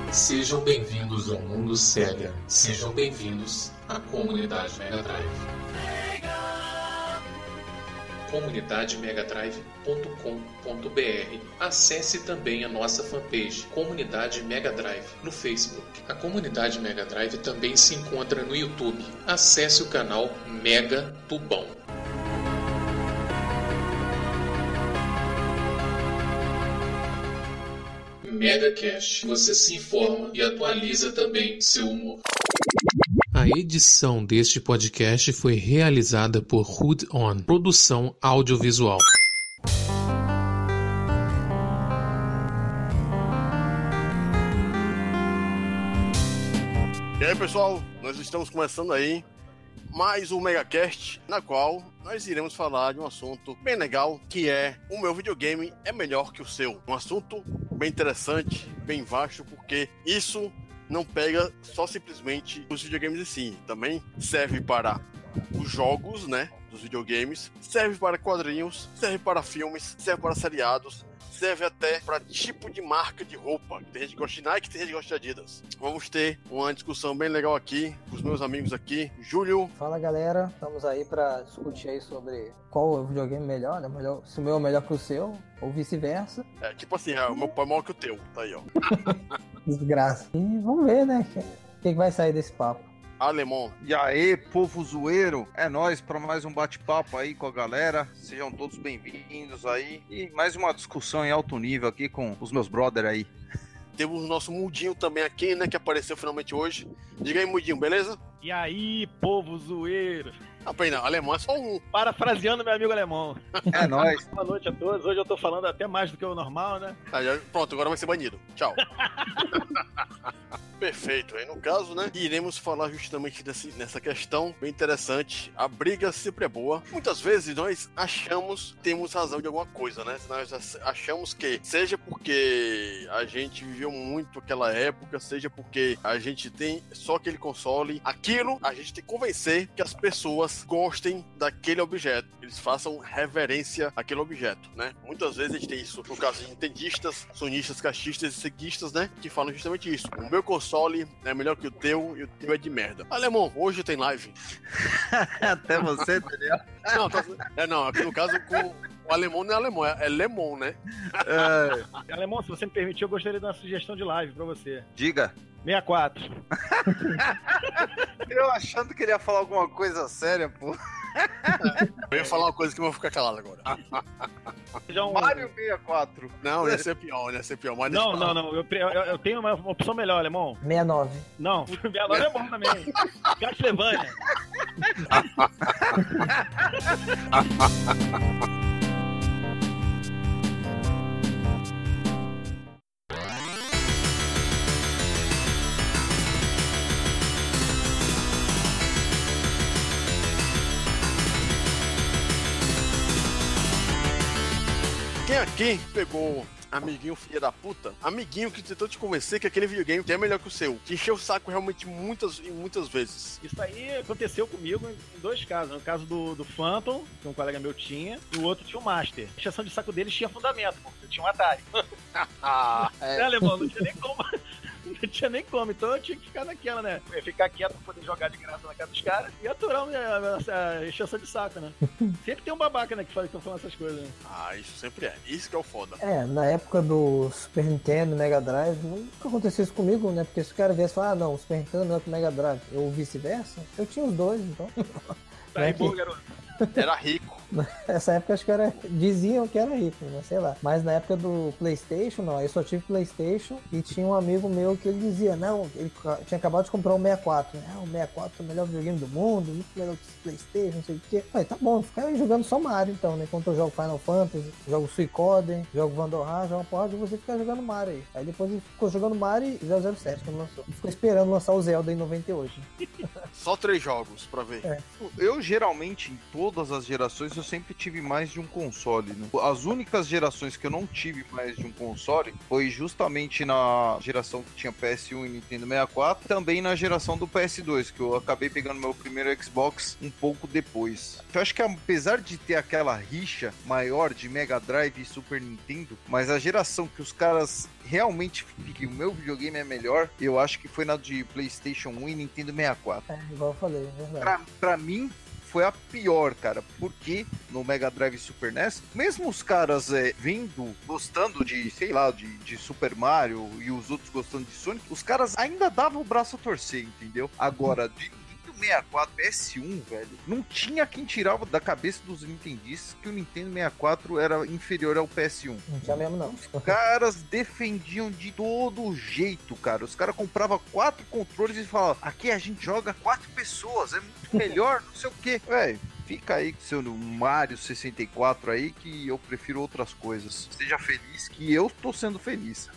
Sejam bem-vindos ao mundo Sega. Sejam bem-vindos à comunidade Mega Drive. comunidademegadrive.com.br. Acesse também a nossa fanpage Comunidade Mega Drive no Facebook. A comunidade Mega Drive também se encontra no YouTube. Acesse o canal Mega Tubão. MegaCast. Você se informa e atualiza também seu humor. A edição deste podcast foi realizada por Hood On, produção audiovisual. E aí, pessoal, nós estamos começando aí mais um MegaCast, na qual nós iremos falar de um assunto bem legal, que é: o meu videogame é melhor que o seu. Um assunto bem interessante, bem vasto, porque isso não pega só simplesmente os videogames em si, também serve para os jogos, né, dos videogames, serve para quadrinhos, serve para filmes, serve para seriados, serve até para tipo de marca de roupa. Tem gente que gosta de Nike, tem gente que gosta de Adidas. Vamos ter uma discussão bem legal aqui com os meus amigos aqui. Júlio. Fala, galera, estamos aí para discutir aí sobre qual é o videogame melhor, né? Se o meu é melhor que o seu, ou vice-versa. É, tipo assim, o meu pai é maior que o teu, tá aí, ó. Desgraça. E vamos ver, né, o que vai sair desse papo. Alemão. E aí, povo zoeiro, é nóis para mais um bate-papo aí com a galera. Sejam todos bem-vindos aí. E mais uma discussão em alto nível aqui com os meus brother aí. Temos o nosso Mudinho também aqui, né, que apareceu finalmente hoje. Diga aí, Mudinho, beleza? E aí, povo zoeiro? Apenas, alemão é só um. Parafraseando meu amigo alemão. É nóis. Boa noite a todos. Hoje eu tô falando até mais do que o normal, né? Pronto, agora vai ser banido. Tchau. Perfeito, aí no caso, né, iremos falar justamente nessa questão bem interessante. A briga sempre é boa. Muitas vezes nós temos razão de alguma coisa, né? Nós achamos que, seja porque a gente viveu muito aquela época, seja porque a gente tem só aquele console, aquilo a gente tem que convencer que as pessoas gostem daquele objeto, eles façam reverência àquele objeto, né? Muitas vezes a gente tem isso no caso de nintendistas, sonistas, caixistas e ceguistas, né, que falam justamente isso. O meu console é melhor que o teu e o teu é de merda. Alemão, hoje tem live. Até você, Daniel. Não, aqui no caso com o alemão não é alemão, é lemon, né? Alemão, se você me permitir, eu gostaria de dar uma sugestão de live pra você. Diga. 64. Eu achando que ele ia falar alguma coisa séria, pô. Eu ia falar uma coisa que eu vou ficar calado agora. Mario 64. Não, ia ser pior. Mas não. Eu tenho uma opção melhor, alemão. 69. Não, 69 é bom também. Castlevania. Quem aqui pegou amiguinho filha da puta? Amiguinho que tentou te convencer que aquele videogame é melhor que o seu. Te encheu o saco realmente muitas vezes. Isso aí aconteceu comigo em dois casos. No caso do Phantom, que um colega meu tinha, e o outro tinha o Master. A encheção de saco deles tinha fundamento, porque eu tinha um Atari. Alemão, não tinha nem como. Não tinha nem como, então eu tinha que ficar naquela, né? Eu ia ficar quieto pra poder jogar de graça na cara dos caras e aturar a encheção de saco, né? Sempre tem um babaca, né, que estão falando essas coisas, né? Isso sempre é. Isso que é o foda. Na época do Super Nintendo, Mega Drive, nunca aconteceu isso comigo, né? Porque se o cara viesse e falar, não, o Super Nintendo não é pro Mega Drive, ou vice-versa, eu tinha os dois, então. Tá aí, bom, garoto. Era rico. Nessa época acho que diziam que era rico, né? Sei lá. Mas na época do PlayStation, não. Eu só tive PlayStation e tinha um amigo meu que ele dizia, não, ele tinha acabado de comprar o 64. Né? O 64 é o melhor videogame do mundo, muito melhor que o PlayStation, não sei o quê. Falei, tá bom, fica jogando só Mario então, né? Enquanto eu jogo Final Fantasy, jogo Suicoden, jogo Vandorra, jogo uma porra de você ficar jogando Mario aí. Aí depois ele ficou jogando Mario e 007 quando lançou. E ficou esperando lançar o Zelda em 98. Só 3 jogos pra ver. Eu, geralmente, em todas as gerações, eu sempre tive mais de um console, né? As únicas gerações que eu não tive mais de um console foi justamente na geração que tinha PS1 e Nintendo 64, também na geração do PS2, que eu acabei pegando meu primeiro Xbox um pouco depois. Eu acho que apesar de ter aquela rixa maior de Mega Drive e Super Nintendo, mas a geração que os caras realmente que o meu videogame é melhor, eu acho que foi na de PlayStation 1 e Nintendo 64. Igual eu falei, é verdade. Pra mim, foi a pior, cara, porque no Mega Drive e Super NES, mesmo os caras gostando de, sei lá, de Super Mario e os outros gostando de Sonic, os caras ainda davam o braço a torcer, entendeu? Agora, de 64, PS1, velho, não tinha quem tirava da cabeça dos nintendistas que o Nintendo 64 era inferior ao PS1. Não tinha mesmo, não. Os caras defendiam de todo jeito, cara. Os caras compravam 4 controles e falavam, aqui a gente joga 4 pessoas, é muito melhor, não sei o que. Velho, fica aí com seu Mario 64 aí, que eu prefiro outras coisas. Seja feliz, que eu tô sendo feliz.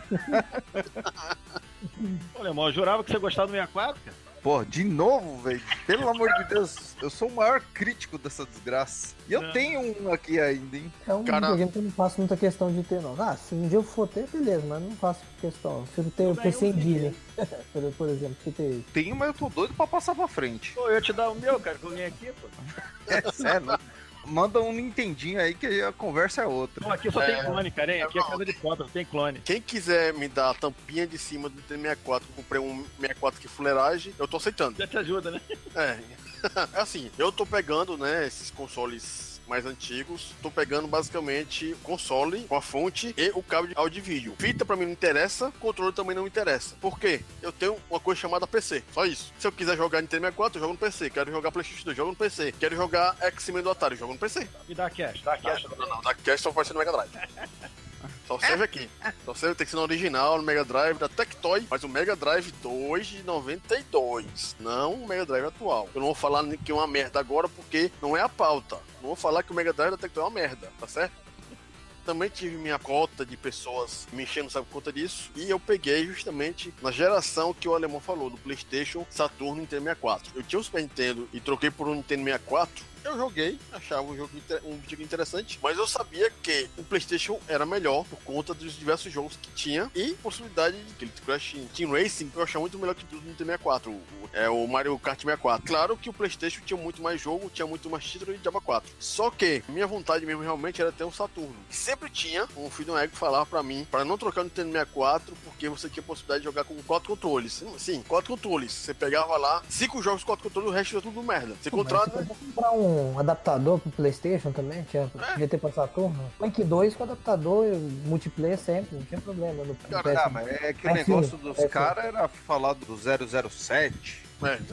Olha, irmão, eu jurava que você gostava do 64, cara. Pô, de novo, velho. Pelo amor de Deus, eu sou o maior crítico dessa desgraça. E eu tenho um aqui ainda, hein? É um videogame que eu não faço muita questão de ter, não. Ah, se um dia eu for ter, beleza, mas não faço questão. Eu prefiro ter o PC Engine, por exemplo, que ter. Tenho, mas eu tô doido pra passar pra frente. Pô, eu ia te dar o meu, cara, que eu ganhei aqui, pô. É sério, né? Manda um Nintendinho aí que a conversa é outra. Não, aqui só tem clone, cara, hein? Aqui é casa de foto, tem clone. Quem quiser me dar a tampinha de cima do Nintendo 64, eu comprei um 64 que fuleiragem, eu tô aceitando. Já te ajuda, né? É assim, eu tô pegando, né, esses consoles mais antigos, tô pegando basicamente o console com a fonte e o cabo de áudio e vídeo. Fita pra mim não interessa, controle também não interessa. Por quê? Eu tenho uma coisa chamada PC, só isso. Se eu quiser jogar Nintendo 64, eu jogo no PC. Quero jogar PlayStation 2, jogo no PC. Quero jogar X-Men do Atari, jogo no PC. E dá cash, Não, dá cash só pode ser no Mega Drive. Só serve aqui. Só serve, tem que ser no original, no Mega Drive da Tectoy, mas o Mega Drive 2 de 92, não o Mega Drive atual. Eu não vou falar que é uma merda agora porque não é a pauta. Não vou falar que o Mega Drive da Tectoy é uma merda, tá certo? Também tive minha cota de pessoas me enchendo, sabe, por conta disso. E eu peguei justamente na geração que o alemão falou, do PlayStation, Saturno e Nintendo 64. Eu tinha o Super Nintendo e troquei por um Nintendo 64. Eu joguei, achava um videogame interessante, mas eu sabia que o PlayStation era melhor por conta dos diversos jogos que tinha e possibilidade de aquele Crash Team Racing, eu achava muito melhor que tudo no Nintendo 64, o Mario Kart 64. Claro que o PlayStation tinha muito mais jogo, tinha muito mais título de Java 4. Só que minha vontade mesmo realmente era ter um Saturno. E sempre tinha um filho do Egg que falava pra mim, para não trocar o Nintendo 64, porque você tinha a possibilidade de jogar com 4 controles. Sim, 4 controles. Você pegava lá 5 jogos, 4 controles, o resto era tudo merda. Você encontrava... comprar um adaptador pro PlayStation também, podia ter pra Saturno. Quake 2 com adaptador, multiplayer sempre, não tinha problema. Cara, mas é que o negócio dos caras era falar do 007.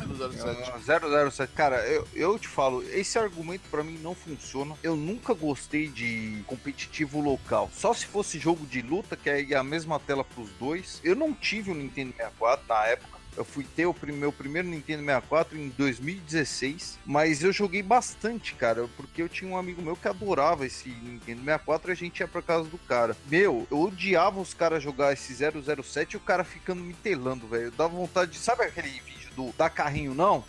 007. Cara, eu te falo, esse argumento pra mim não funciona. Eu nunca gostei de competitivo local. Só se fosse jogo de luta, que é a mesma tela pros dois. Eu não tive o Nintendo 64 na época. Eu fui ter o meu primeiro Nintendo 64 em 2016, mas eu joguei bastante, cara, porque eu tinha um amigo meu que adorava esse Nintendo 64 e a gente ia pra casa do cara. Meu, eu odiava os caras jogar esse 007 e o cara ficando me telando, velho. Dava vontade de... Sabe aquele vídeo do Dá Carrinho Não?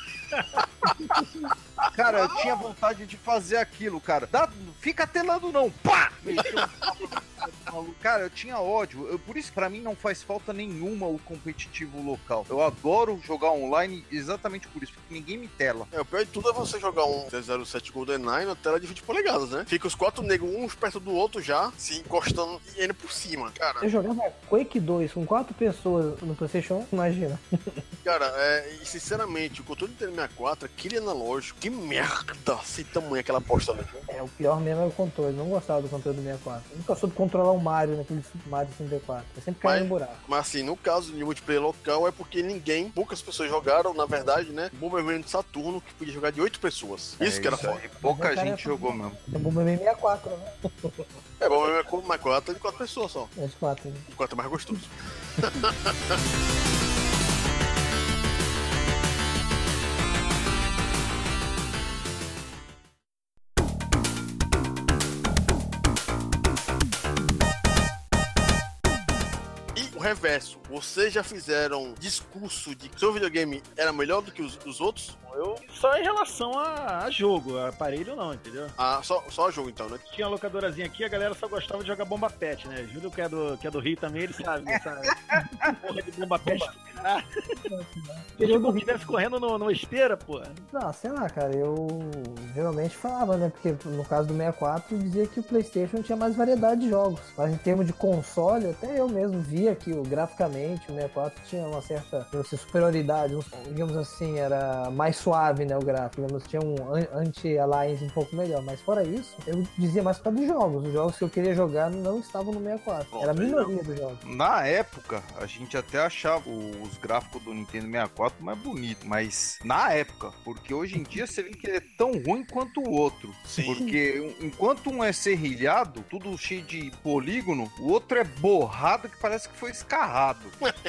Cara, eu tinha vontade de fazer aquilo, cara. Fica telando não, pá! Cara, eu tinha ódio. Por isso, pra mim, não faz falta nenhuma o competitivo local. Eu adoro jogar online exatamente por isso, porque ninguém me tela. O pior de tudo é você jogar um 007 GoldenEye na tela de 20 polegadas, né? Fica os 4 negros, uns perto do outro já, se encostando e indo por cima, cara. Eu jogava Quake 2 com 4 pessoas no PlayStation 1, imagina. Cara, e sinceramente, o controle do Nintendo 64, aquele analógico, que merda, sem tamanho aquela aposta ali. O pior mesmo é o controle, não gostava do controle do 64. Eu nunca soube controlar o Mario naquele Super Mario 64. Eu sempre caí no buraco. Mas assim, no caso de multiplayer local, é porque poucas pessoas jogaram, na verdade, né? Bomberman do Saturno, que podia jogar de 8 pessoas. Isso que era foda. Pouca gente jogou mesmo. É Bomberman 64, né? Bomberman 64 é de 4 pessoas só. É de 4, né? De 4 é mais gostoso. reverso. Vocês já fizeram discurso de que o seu videogame era melhor do que os outros? Eu só em relação a jogo, a aparelho não, entendeu? Ah, só jogo então, né? Tinha uma locadorazinha aqui, a galera só gostava de jogar Bomba Pet, né? Júlio que é do Rio também, ele sabe, essa porra de Bomba Pet. Queria que eu estivesse correndo no esteira, pô. Não, sei lá, cara, eu realmente falava, né? Porque no caso do 64 dizia que o PlayStation tinha mais variedade de jogos. Mas em termos de console, até eu mesmo via que graficamente o 64 tinha uma certa superioridade, digamos assim, era mais suave, né, o gráfico, digamos, tinha um anti-aliasing um pouco melhor, mas fora isso, eu dizia mais por causa dos jogos. Os jogos que eu queria jogar não estavam no 64. Era a minoria dos jogos. Na época, a gente até achava os gráficos do Nintendo 64 mais bonitos, mas na época, porque hoje em dia você vê que ele é tão ruim quanto o outro. Sim. Porque enquanto um é serrilhado, tudo cheio de polígono, o outro é borrado que parece que foi escarrado.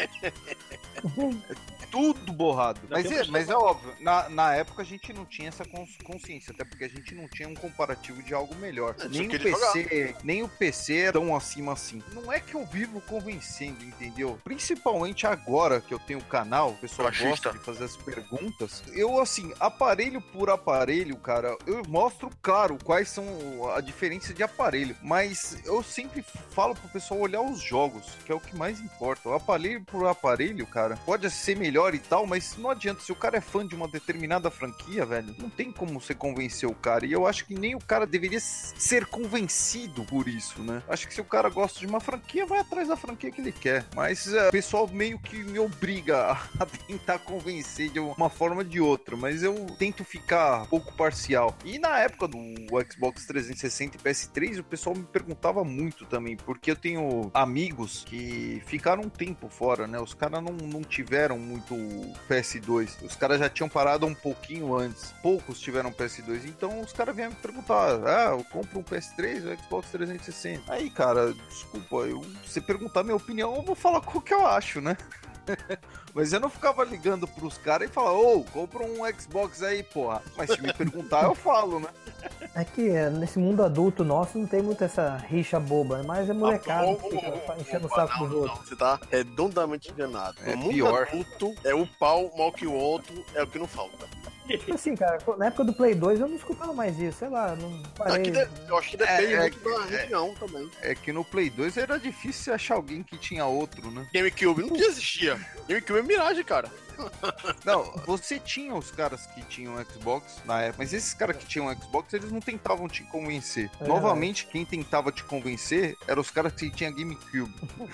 Tudo borrado. Mas é óbvio, na época a gente não tinha essa consciência, até porque a gente não tinha um comparativo de algo melhor. Nem o PC é tão acima assim. Não é que eu vivo convencendo, entendeu? Principalmente agora que eu tenho o canal, o pessoal gosta de fazer as perguntas. Eu, assim, aparelho por aparelho, cara, eu mostro, claro, quais são a diferença de aparelho, mas eu sempre falo pro pessoal olhar os jogos, que é o que mais importa. O aparelho por aparelho, cara, pode ser melhor e tal, mas não adianta, se o cara é fã de uma determinada franquia, velho, não tem como você convencer o cara, e eu acho que nem o cara deveria ser convencido por isso, né? Acho que se o cara gosta de uma franquia, vai atrás da franquia que ele quer, mas o pessoal meio que me obriga a tentar convencer de uma forma ou de outra, mas eu tento ficar um pouco parcial. E na época do Xbox 360 e PS3, o pessoal me perguntava muito também, porque eu tenho amigos que ficaram um tempo fora, né? Os caras não tiveram muito PS2. Os caras já tinham parado um pouquinho antes. Poucos tiveram PS2. Então os caras vieram me perguntar: eu compro um PS3 ou Xbox 360? Aí, cara, desculpa, você perguntar minha opinião, eu vou falar qual que eu acho, né? Mas eu não ficava ligando pros caras e falar: compra um Xbox aí, porra. Mas se me perguntar, eu falo, né? É que nesse mundo adulto nosso não tem muito essa rixa boba, mas é molecada que fica enchendo o saco dos outros. Você tá redondamente enganado. É no mundo pior. Adulto, é o pau mal que o outro, é o que não falta. Assim, cara, na época do Play 2 eu não escutava mais isso, sei lá, não parei. Eu acho que depende muito da região também. É que no Play 2 era difícil achar alguém que tinha outro, né? GameCube não existia. GameCube é miragem, cara. Não, você tinha os caras que tinham Xbox na época, mas esses caras que tinham Xbox, eles não tentavam te convencer. Novamente, quem tentava te convencer eram os caras que tinham GameCube.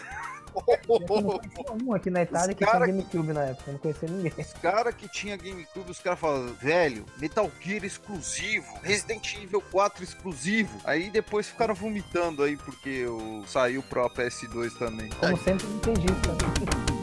Um aqui na Itália que tinha GameCube na época, eu não conhecia ninguém. Os caras que tinha GameCube, os caras falavam: velho, Metal Gear exclusivo, Resident Evil 4 exclusivo. Aí depois ficaram vomitando aí porque saiu pro PS2 também. Como sempre, não entendi isso também.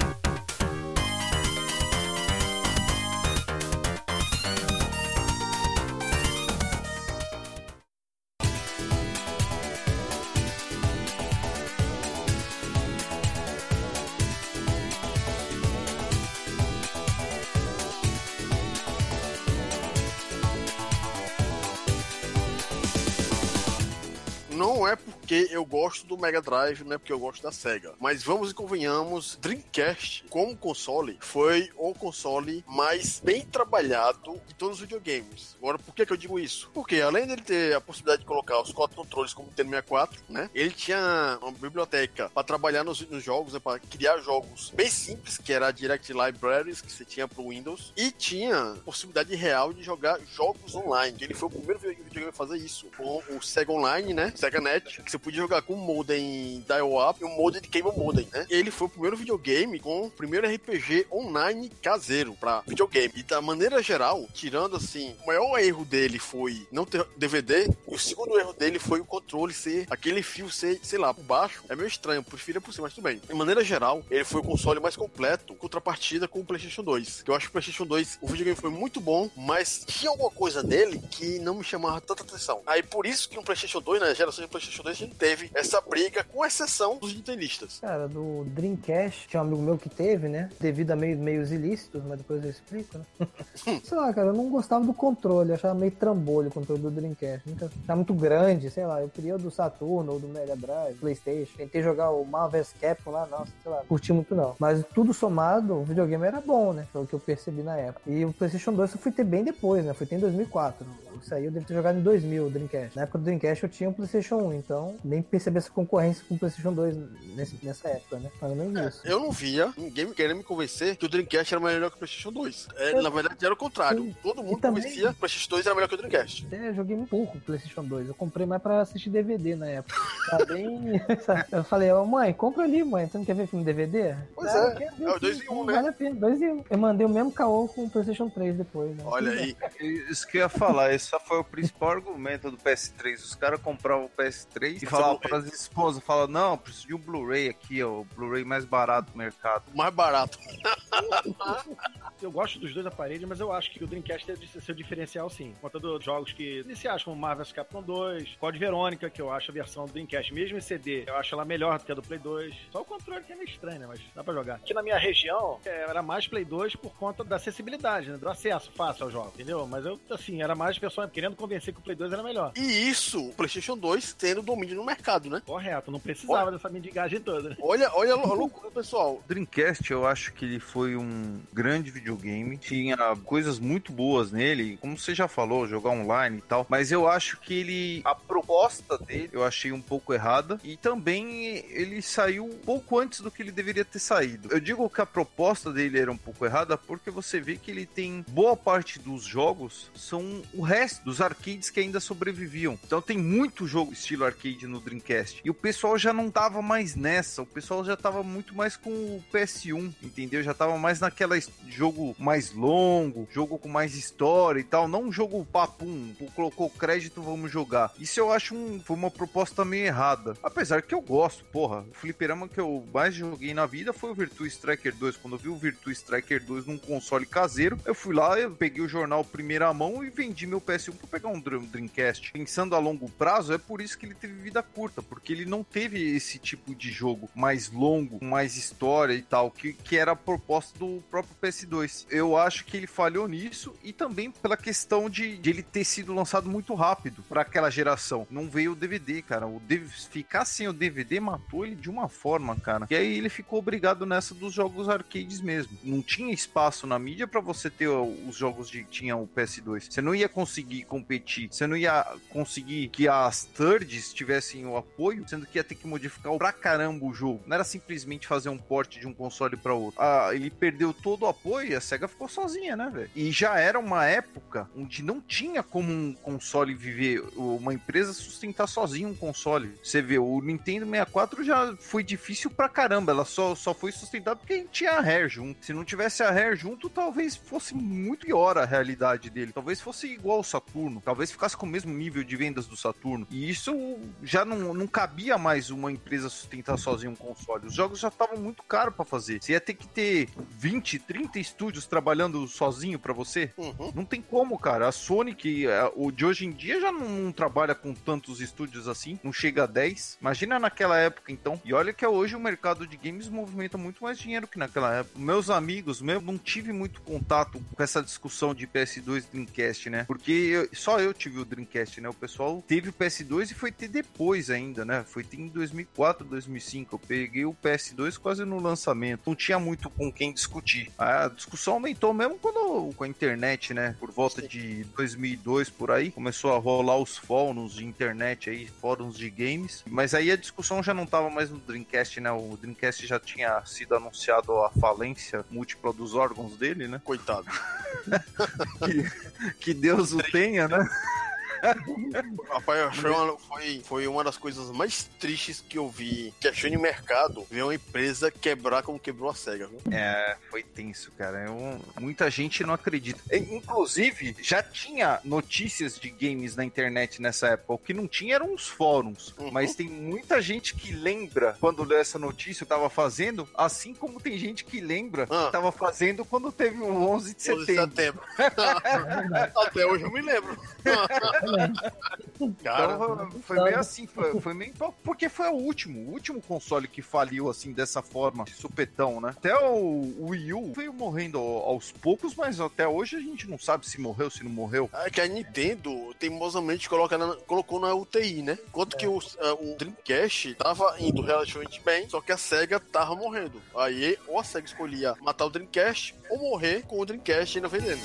Não é porque eu gosto do Mega Drive, não é porque eu gosto da Sega. Mas vamos e convenhamos, Dreamcast, como console, foi o console mais bem trabalhado de todos os videogames. Agora, por que eu digo isso? Porque além dele ter a possibilidade de colocar os 4 controles como tem no 64, né? Ele tinha uma biblioteca para trabalhar nos jogos, né, para criar jogos bem simples, que era a Direct Libraries, que você tinha pro Windows, e tinha possibilidade real de jogar jogos online. Ele foi o primeiro videogame a fazer isso, com o Sega Online, né? Sega Net, que você podia jogar com um modem dial-up e um modem de cable modem, né? Ele foi o primeiro videogame com o primeiro RPG online caseiro pra videogame. E da maneira geral, tirando assim, o maior erro dele foi não ter DVD, e o segundo erro dele foi o controle ser, aquele fio ser, sei lá, por baixo. É meio estranho, prefiro por cima, mas tudo bem. De maneira geral, ele foi o console mais completo, contrapartida com o PlayStation 2. Eu acho que o PlayStation 2, o videogame foi muito bom, mas tinha alguma coisa nele que não me chamava tanta atenção. Aí por isso que no PlayStation 2, na geração lançamento do PlayStation 2 a gente teve essa briga, com exceção dos nintendistas. Cara, do Dreamcast, tinha um amigo meu que teve, né? Devido a meios ilícitos, mas depois eu explico, né? Sei lá, cara, eu não gostava do controle, eu achava meio trambolho o controle do Dreamcast. Nunca tá muito grande, sei lá, eu queria o do Saturno ou do Mega Drive, PlayStation. Tentei jogar o Marvel vs Capcom lá, nossa, sei lá, curti muito não. Mas tudo somado, o videogame era bom, né? Foi o que eu percebi na época. E o PlayStation 2 eu fui ter bem depois, né? Fui ter em 2004. Isso aí eu devo ter jogado em 2000, o Dreamcast. Na época do Dreamcast eu tinha o PlayStation 1, então nem percebi essa concorrência com o PlayStation 2 nessa época, né? Mas nem isso. Eu não via ninguém querendo me convencer que o Dreamcast era melhor que o PlayStation 2. Na verdade era o contrário. Sim. Todo mundo convencia que o PlayStation 2 era melhor que o Dreamcast. Eu joguei muito pouco o PlayStation 2. Eu comprei mais pra assistir DVD na época. Tá bem... Eu falei, mãe, compra ali, mãe. Você não quer ver filme DVD? Pois é o 2 em 1, né? Vale a pena, 2 em 1. Eu mandei o mesmo caô com o PlayStation 3 depois, né? Olha aí. Isso que eu ia falar, esse foi o principal argumento do PS3. Os caras compravam o PS3 e falavam pras esposas, não, preciso de um Blu-ray aqui, ó, o Blu-ray mais barato do mercado. Mais barato. Eu gosto dos dois aparelhos, mas eu acho que o Dreamcast deve ser seu diferencial, sim. Contando outros jogos que iniciais, como Marvel vs Capcom 2, Code Verônica, que eu acho a versão do Dreamcast, mesmo em CD, eu acho ela melhor do que a do Play 2. Só o controle que é meio estranho, né? Mas dá pra jogar. Aqui na minha região, era mais Play 2 por conta da acessibilidade, né? Do acesso fácil ao jogo, entendeu? Mas eu, assim, era mais pessoas querendo convencer que o Play 2 era melhor. E isso, o PlayStation 2 tendo domínio no mercado, né? Correto, não precisava dessa mendigagem toda, né? Olha a loucura, pessoal. Dreamcast, eu acho que ele foi um grande videogame. Tinha coisas muito boas nele, como você já falou, jogar online e tal. Mas eu acho que a proposta dele, eu achei um pouco errada. E também ele saiu um pouco antes do que ele deveria ter saído. Eu digo que a proposta dele era um pouco errada porque você vê que ele tem boa parte dos jogos são o resto dos arcades que ainda sobreviviam. Então tem muito jogo estilo arcade no Dreamcast. E o pessoal já não tava mais nessa. O pessoal já tava muito mais com o PS1, entendeu? Já tava mais naquela jogo mais longo, jogo com mais história e tal. Não um jogo papum, colocou crédito, vamos jogar. Isso eu acho foi uma proposta meio errada. Apesar que eu gosto, porra. O fliperama que eu mais joguei na vida foi o Virtua Striker 2. Quando eu vi o Virtua Striker 2 num console caseiro, eu fui lá, eu peguei o jornal primeira mão e vendi meu PS1 pra pegar um Dreamcast. Pensando a longo prazo, é por isso que ele teve vida curta, porque ele não teve esse tipo de jogo mais longo, com mais história e tal, que era a proposta do próprio PS2. Eu acho que ele falhou nisso e também pela questão de ele ter sido lançado muito rápido para aquela geração. Não veio o DVD, cara. Ficar sem o DVD matou ele de uma forma, cara. E aí ele ficou obrigado nessa dos jogos arcades mesmo. Não tinha espaço na mídia para você ter os jogos que tinha o PS2. Você não ia conseguir competir. Você não ia conseguir que as thirds tivessem o apoio, sendo que ia ter que modificar pra caramba o jogo. Não era simplesmente fazer um port de um console para outro. Ele perdeu todo o apoio e a SEGA ficou sozinha, né, velho? E já era uma época onde não tinha como um console viver, uma empresa sustentar sozinha um console. Você vê, o Nintendo 64 já foi difícil pra caramba. Ela só foi sustentada porque tinha a Rare junto. Se não tivesse a Rare junto, talvez fosse muito pior a realidade dele. Talvez fosse igual ao Saturno. Talvez ficasse com o mesmo nível de vendas do Saturno. E isso já não cabia mais uma empresa sustentar sozinha um console. Os jogos já estavam muito caros pra fazer. Você ia ter que ter 20, 30 estúdios trabalhando sozinho pra você. Não tem como, cara. A Sony, o de hoje em dia, já não trabalha com tantos estúdios assim. Não chega a 10. Imagina naquela época, então. E olha que hoje o mercado de games movimenta muito mais dinheiro que naquela época. Meus amigos, não tive muito contato com essa discussão de PS2 e Dreamcast, né? Porque só eu tive o Dreamcast, né? O pessoal teve o PS2 e foi ter depois ainda, né? Foi ter em 2004, 2005. Eu peguei o PS2 quase no lançamento. Não tinha muito com quem discutir. A discussão aumentou mesmo com a internet, né? Por volta de 2002, por aí. Começou a rolar os fóruns de internet aí, fóruns de games. Mas aí a discussão já não tava mais no Dreamcast, né? O Dreamcast já tinha sido anunciado a falência múltipla dos órgãos dele, né? Coitado. que Deus o tenha, né? Rapaz, foi uma das coisas mais tristes que eu vi, que achei no mercado, ver uma empresa quebrar como quebrou a SEGA, viu? Foi tenso, cara. Muita gente não acredita. Inclusive, já tinha notícias de games na internet nessa época. O que não tinha eram os fóruns. Mas tem muita gente que lembra quando leu essa notícia, eu tava fazendo, assim como tem gente que lembra que tava fazendo quando teve o 11 de setembro. 11 de setembro. Até hoje eu me lembro. Cara, então, foi meio assim, foi meio... Porque foi o último console que faliu assim, dessa forma, de supetão, né? Até o Wii U veio morrendo aos poucos, mas até hoje a gente não sabe se morreu, se não morreu. É que a Nintendo teimosamente colocou na UTI, né? Enquanto que o Dreamcast tava indo relativamente bem, só que a SEGA tava morrendo. Aí ou a SEGA escolhia matar o Dreamcast ou morrer com o Dreamcast ainda vendendo.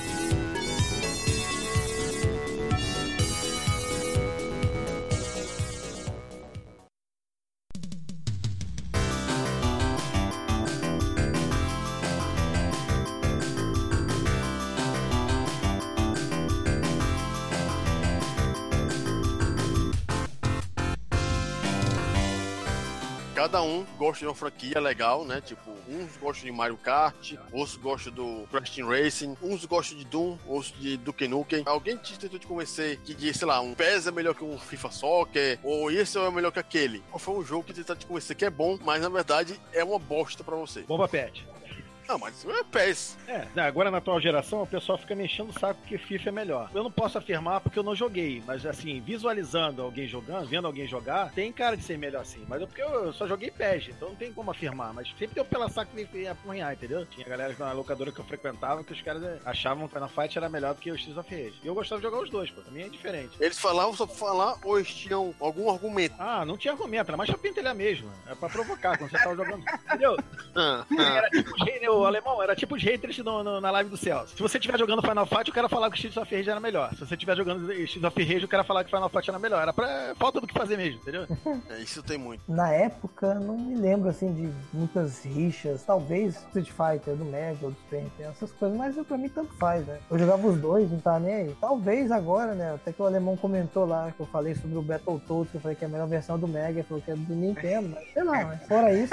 Cada um gosta de uma franquia legal, né? Tipo, uns gostam de Mario Kart, outros gostam do Crash Team Racing, uns gostam de Doom, outros de Duke Nukem. Alguém tentou te convencer que, sei lá, um PES é melhor que um FIFA Soccer, ou esse é melhor que aquele. Ou foi um jogo que tentou te convencer que é bom, mas na verdade é uma bosta pra você. Bomba Pet. Não, mas isso é PES. Agora na atual geração o pessoal fica me enchendo o saco que FIFA é melhor. Eu não posso afirmar porque eu não joguei, mas assim, visualizando alguém jogando, vendo alguém jogar, tem cara de ser melhor assim. Mas é porque eu só joguei PES, então não tem como afirmar. Mas sempre deu pela saco que ia apurrinhar, entendeu? Tinha galera na locadora que eu frequentava que os caras achavam que o Final Fight era melhor do que o Streets of Rage. E eu gostava de jogar os dois, pô. Pra mim é diferente. Eles falavam só pra falar ou eles tinham algum argumento? Ah, não tinha argumento, era mais pra pentelhar mesmo. Era pra provocar quando você tava jogando. Entendeu? Era tipo o alemão, era tipo os haters na live do Celso. Se você estiver jogando Final Fight, o cara falava que o Streets of Rage era melhor. Se você estiver jogando Streets of Rage, o cara falava que Final Fight era melhor. Era pra falta do que fazer mesmo, entendeu? Isso tem muito. Na época, não me lembro, assim, de muitas rixas. Talvez Street Fighter, do Mega ou do Super Nintendo, essas coisas. Mas pra mim, tanto faz, né? Eu jogava os dois, não tá nem aí. Talvez agora, né? Até que o alemão comentou lá, que eu falei sobre o Battletoads, que eu falei que é a melhor versão do Mega, falou que é do Nintendo, mas sei lá, mas fora isso...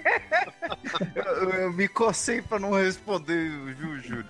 eu me cocei pra não responder, Júlio.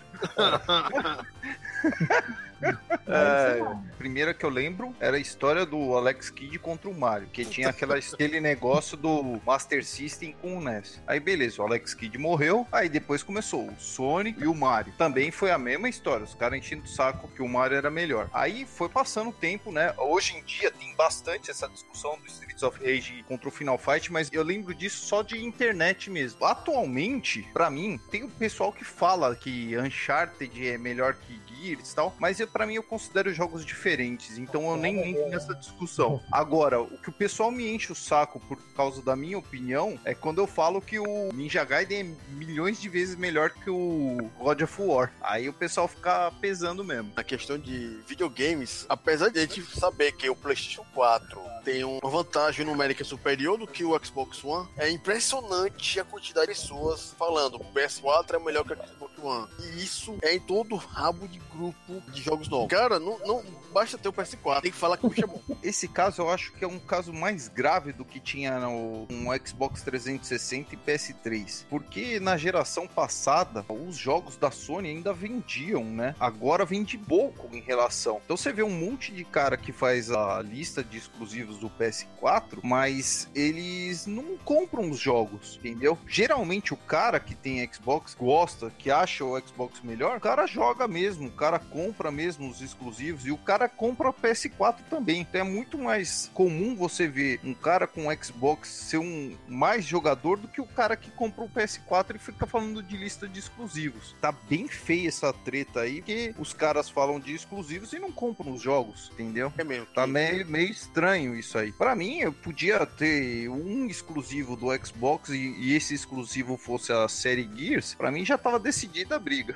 Primeira que eu lembro era a história do Alex Kidd contra o Mario, que tinha aquele negócio do Master System com o NES. Aí beleza, o Alex Kidd morreu, aí depois começou o Sonic e o Mario. Também foi a mesma história, os caras enchendo o saco que o Mario era melhor. Aí foi passando o tempo, né? Hoje em dia tem bastante essa discussão do Streets of Rage contra o Final Fight, mas eu lembro disso só de internet mesmo. Atualmente, pra mim, tem o pessoal que fala que Uncharted é melhor que Gears e tal, mas pra mim eu considero jogos diferentes, então eu nem entro nessa discussão. Agora, o que o pessoal me enche o saco por causa da minha opinião é quando eu falo que o Ninja Gaiden é milhões de vezes melhor que o God of War. Aí o pessoal fica pesando mesmo. Na questão de videogames, apesar de a gente saber que o PlayStation 4 tem uma vantagem numérica superior do que o Xbox One, é impressionante a quantidade de pessoas falando que o PS4 é melhor que o Xbox One. E isso é em todo rabo de grupo de jogos novos. Cara, não basta ter o PS4, tem que falar que o bicho é bom. Esse caso eu acho que é um caso mais grave do que tinha no Xbox 360 e PS3. Porque na geração passada, os jogos da Sony ainda vendiam, né? Agora vende pouco em relação. Então você vê um monte de cara que faz a lista de exclusivos do PS4, mas eles não compram os jogos, entendeu? Geralmente o cara que tem Xbox gosta, que acha o Xbox melhor, o cara joga mesmo, o cara compra mesmo os exclusivos e o cara compra o PS4 também. Então é muito mais comum você ver um cara com Xbox ser um mais jogador do que o cara que compra o PS4 e fica falando de lista de exclusivos. Tá bem feia essa treta aí, porque os caras falam de exclusivos e não compram os jogos, entendeu? É mesmo. Tá meio estranho isso aí. Pra mim, eu podia ter um exclusivo do Xbox e esse exclusivo fosse a série Gears, pra mim já tava decidida a briga.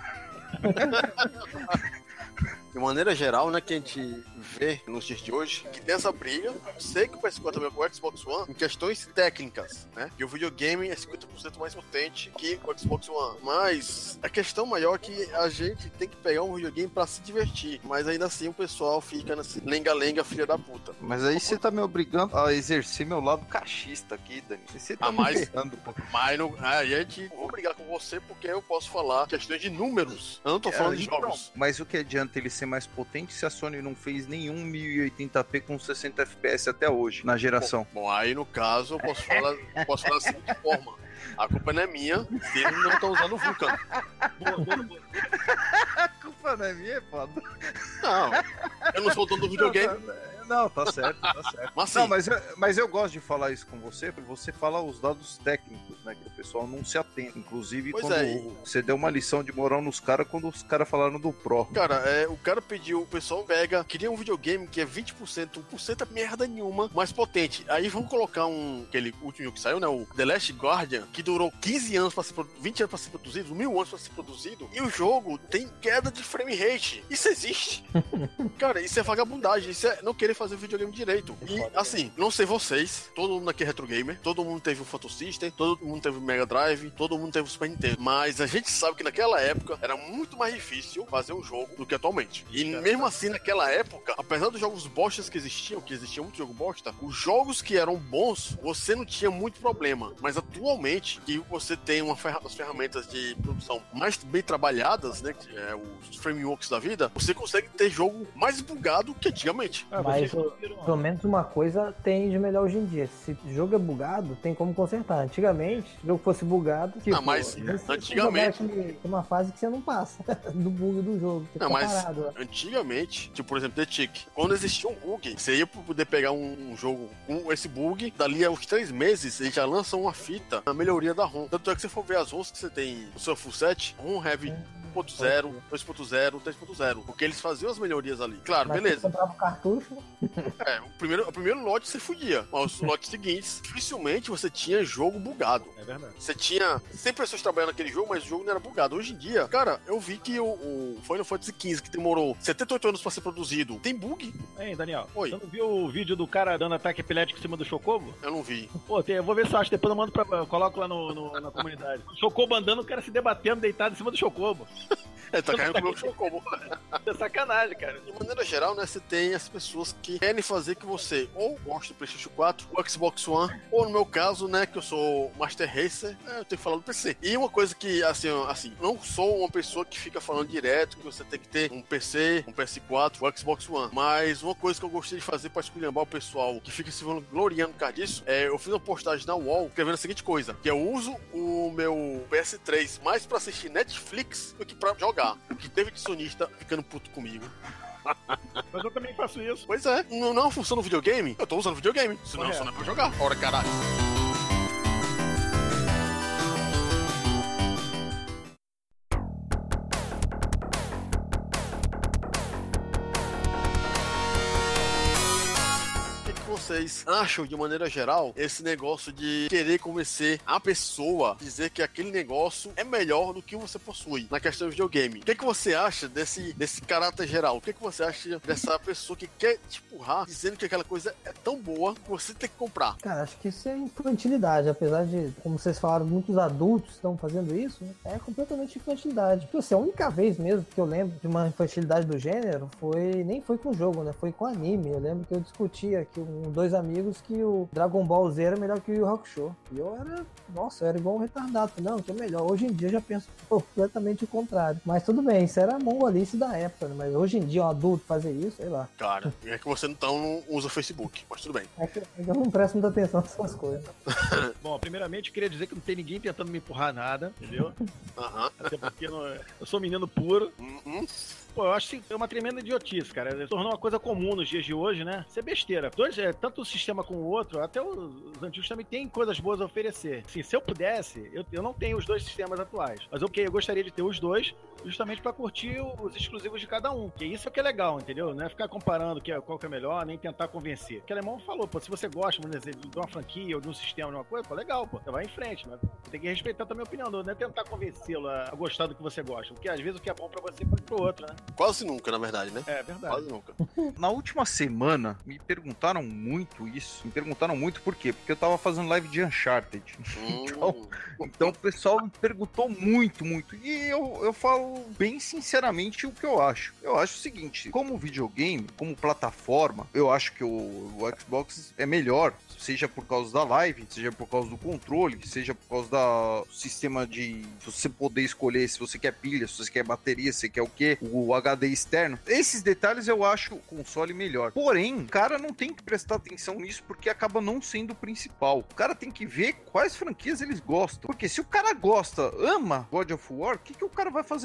De maneira geral, né, que a gente vê nos dias de hoje, que tem essa briga, sei que o PS4 também com o Xbox One, em questões técnicas, né, que o videogame é 50% mais potente que o Xbox One, mas a questão maior é que a gente tem que pegar um videogame pra se divertir, mas ainda assim o pessoal fica nesse lenga-lenga filha da puta. Mas aí você tá me obrigando a exercer meu lado cachista aqui, Dani. Você tá me ferrando, pô. Mas não, a gente vou brigar com você porque eu posso falar questões de números, eu não tô falando de jogos. Mas o que adianta ele ser mais potente se a Sony não fez nenhum 1080p com 60 FPS até hoje, na geração? Bom, aí no caso eu posso falar da seguinte forma: a culpa não é minha, eles não estão usando o Vulkan. A culpa culpa não é minha, foda. Não, eu não sou dono do videogame. Não, tá certo. Mas, não, mas eu gosto de falar isso com você, porque você fala os dados técnicos, né? Que o pessoal não se atenta. Inclusive, você deu uma lição de moral nos caras quando os caras falaram do Pro. Cara, o cara pediu, o pessoal queria um videogame que é 20%, 1% é merda nenhuma, mais potente. Aí vamos colocar aquele último jogo que saiu, né? O The Last Guardian, que durou 15 anos 20 anos pra ser produzido, 1000 anos pra ser produzido, e o jogo tem queda de frame rate. Isso existe. Cara, isso é vagabundagem, isso é não querer fazer videogame direito. E, assim, não sei vocês, todo mundo aqui é retro gamer, todo mundo teve o Phantom System, todo mundo teve o Mega Drive, todo mundo teve o Super Nintendo. Mas a gente sabe que naquela época era muito mais difícil fazer um jogo do que atualmente. E mesmo assim, naquela época, apesar dos jogos bostas que existia muito jogo bosta, os jogos que eram bons, você não tinha muito problema. Mas atualmente, que você tem as ferramentas de produção mais bem trabalhadas, né, que é os frameworks da vida, você consegue ter jogo mais bugado que antigamente. Mas pelo menos uma coisa tem de melhor hoje em dia. Se o jogo é bugado, tem como consertar. Antigamente, se o jogo fosse bugado... Não, mas antigamente... Tem uma fase que você não passa do bug do jogo. Não, mas antigamente, tipo, por exemplo, The Tick, quando existia um bug, você ia poder pegar um jogo com esse bug, dali a uns 3 meses, eles já lançam uma fita, a melhoria da ROM. Tanto é que se você for ver as ROMs que você tem no seu full set, ROM Heavy 1.0, 2.0, 3.0, porque eles faziam as melhorias ali. Claro, mas beleza. Você comprava o cartucho. O primeiro lote você fudia, mas os lotes seguintes, dificilmente você tinha jogo bugado. É verdade. Você tinha 100 pessoas trabalhando naquele jogo, mas o jogo não era bugado. Hoje em dia, cara, eu vi que o Final Fantasy XV, que demorou 78 anos pra ser produzido, tem bug. Hein, Daniel? Oi. Você não viu o vídeo do cara dando ataque epilético em cima do Chocobo? Eu não vi. Pô, eu vou ver se eu acho, depois eu mando eu coloco lá na comunidade. O Chocobo andando, o cara se debatendo, deitado em cima do Chocobo. Tá caindo com o meu Chocobo. É sacanagem, cara. De maneira geral, né, você tem as pessoas que querem fazer que você ou goste do PlayStation 4, o Xbox One, ou no meu caso, né, que eu sou Master Racer, eu tenho que falar do PC. E uma coisa que, assim, não sou uma pessoa que fica falando direto que você tem que ter um PC, um PS4, um Xbox One, mas uma coisa que eu gostei de fazer pra esculhambar o pessoal que fica se gloriando por causa disso, eu fiz uma postagem na UOL escrevendo a seguinte coisa, que eu uso o meu PS3 mais pra assistir Netflix do que pra jogar. Que teve de sonista ficando puto comigo. Mas eu também faço isso. Pois é, não é uma função no videogame? Eu tô usando videogame, senão só não é pra jogar. Ora, caralho. Vocês acham, de maneira geral, esse negócio de querer convencer a pessoa, dizer que aquele negócio é melhor do que você possui na questão do videogame? O que você acha desse caráter geral? O que você acha dessa pessoa que quer te empurrar, dizendo que aquela coisa é tão boa que você tem que comprar? Cara, acho que isso é infantilidade, apesar de, como vocês falaram, muitos adultos estão fazendo isso, né? É completamente infantilidade. Porque, assim, a única vez mesmo que eu lembro de uma infantilidade do gênero nem foi com o jogo, né? Foi com anime. Eu lembro que eu discutia que com 2 amigos que o Dragon Ball Z era melhor que o Yu Hakusho. E eu era igual um retardado. Não, que é melhor. Hoje em dia eu já penso completamente o contrário. Mas tudo bem, isso era a mongolice da época, né? Mas hoje em dia um adulto fazer isso, sei lá. Cara, é que você não usa o Facebook, mas tudo bem. É que eu não presto muita atenção nessas coisas. Bom, primeiramente eu queria dizer que não tem ninguém tentando me empurrar nada, entendeu? Até porque eu sou menino puro. Pô, eu acho que é uma tremenda idiotice, cara. Tornou uma coisa comum nos dias de hoje, né? Isso é besteira. Tanto o sistema como o outro, até os antigos também têm coisas boas a oferecer. Assim, se eu pudesse, eu não tenho os 2 sistemas atuais. Mas eu gostaria de ter os 2, justamente pra curtir os exclusivos de cada um. Que isso é que é legal, entendeu? Não é ficar comparando qual que é melhor, nem tentar convencer. O que o Alemão falou, pô, se você gosta, vamos dizer, de uma franquia ou de um sistema, de uma coisa, pô, legal, pô, você vai em frente, mas tem que respeitar também a opinião do outro, não é tentar convencê-lo a gostar do que você gosta. Porque às vezes o que é bom pra você pode pro outro, né? Quase nunca, na verdade, né? É verdade. Quase nunca. Na última semana, me perguntaram muito isso. Me perguntaram muito por quê? Porque eu tava fazendo live de Uncharted. Então o pessoal me perguntou muito. E eu falo bem sinceramente o que eu acho. Eu acho o seguinte, como videogame, como plataforma, eu acho que o Xbox é melhor. Seja por causa da live, seja por causa do controle, seja por causa do sistema de você poder escolher se você quer pilha, se você quer bateria, se você quer o quê, o HD externo. Esses detalhes eu acho o console melhor. Porém, o cara não tem que prestar atenção nisso porque acaba não sendo o principal. O cara tem que ver quais franquias eles gostam. Porque se o cara ama God of War, o que o cara vai fazer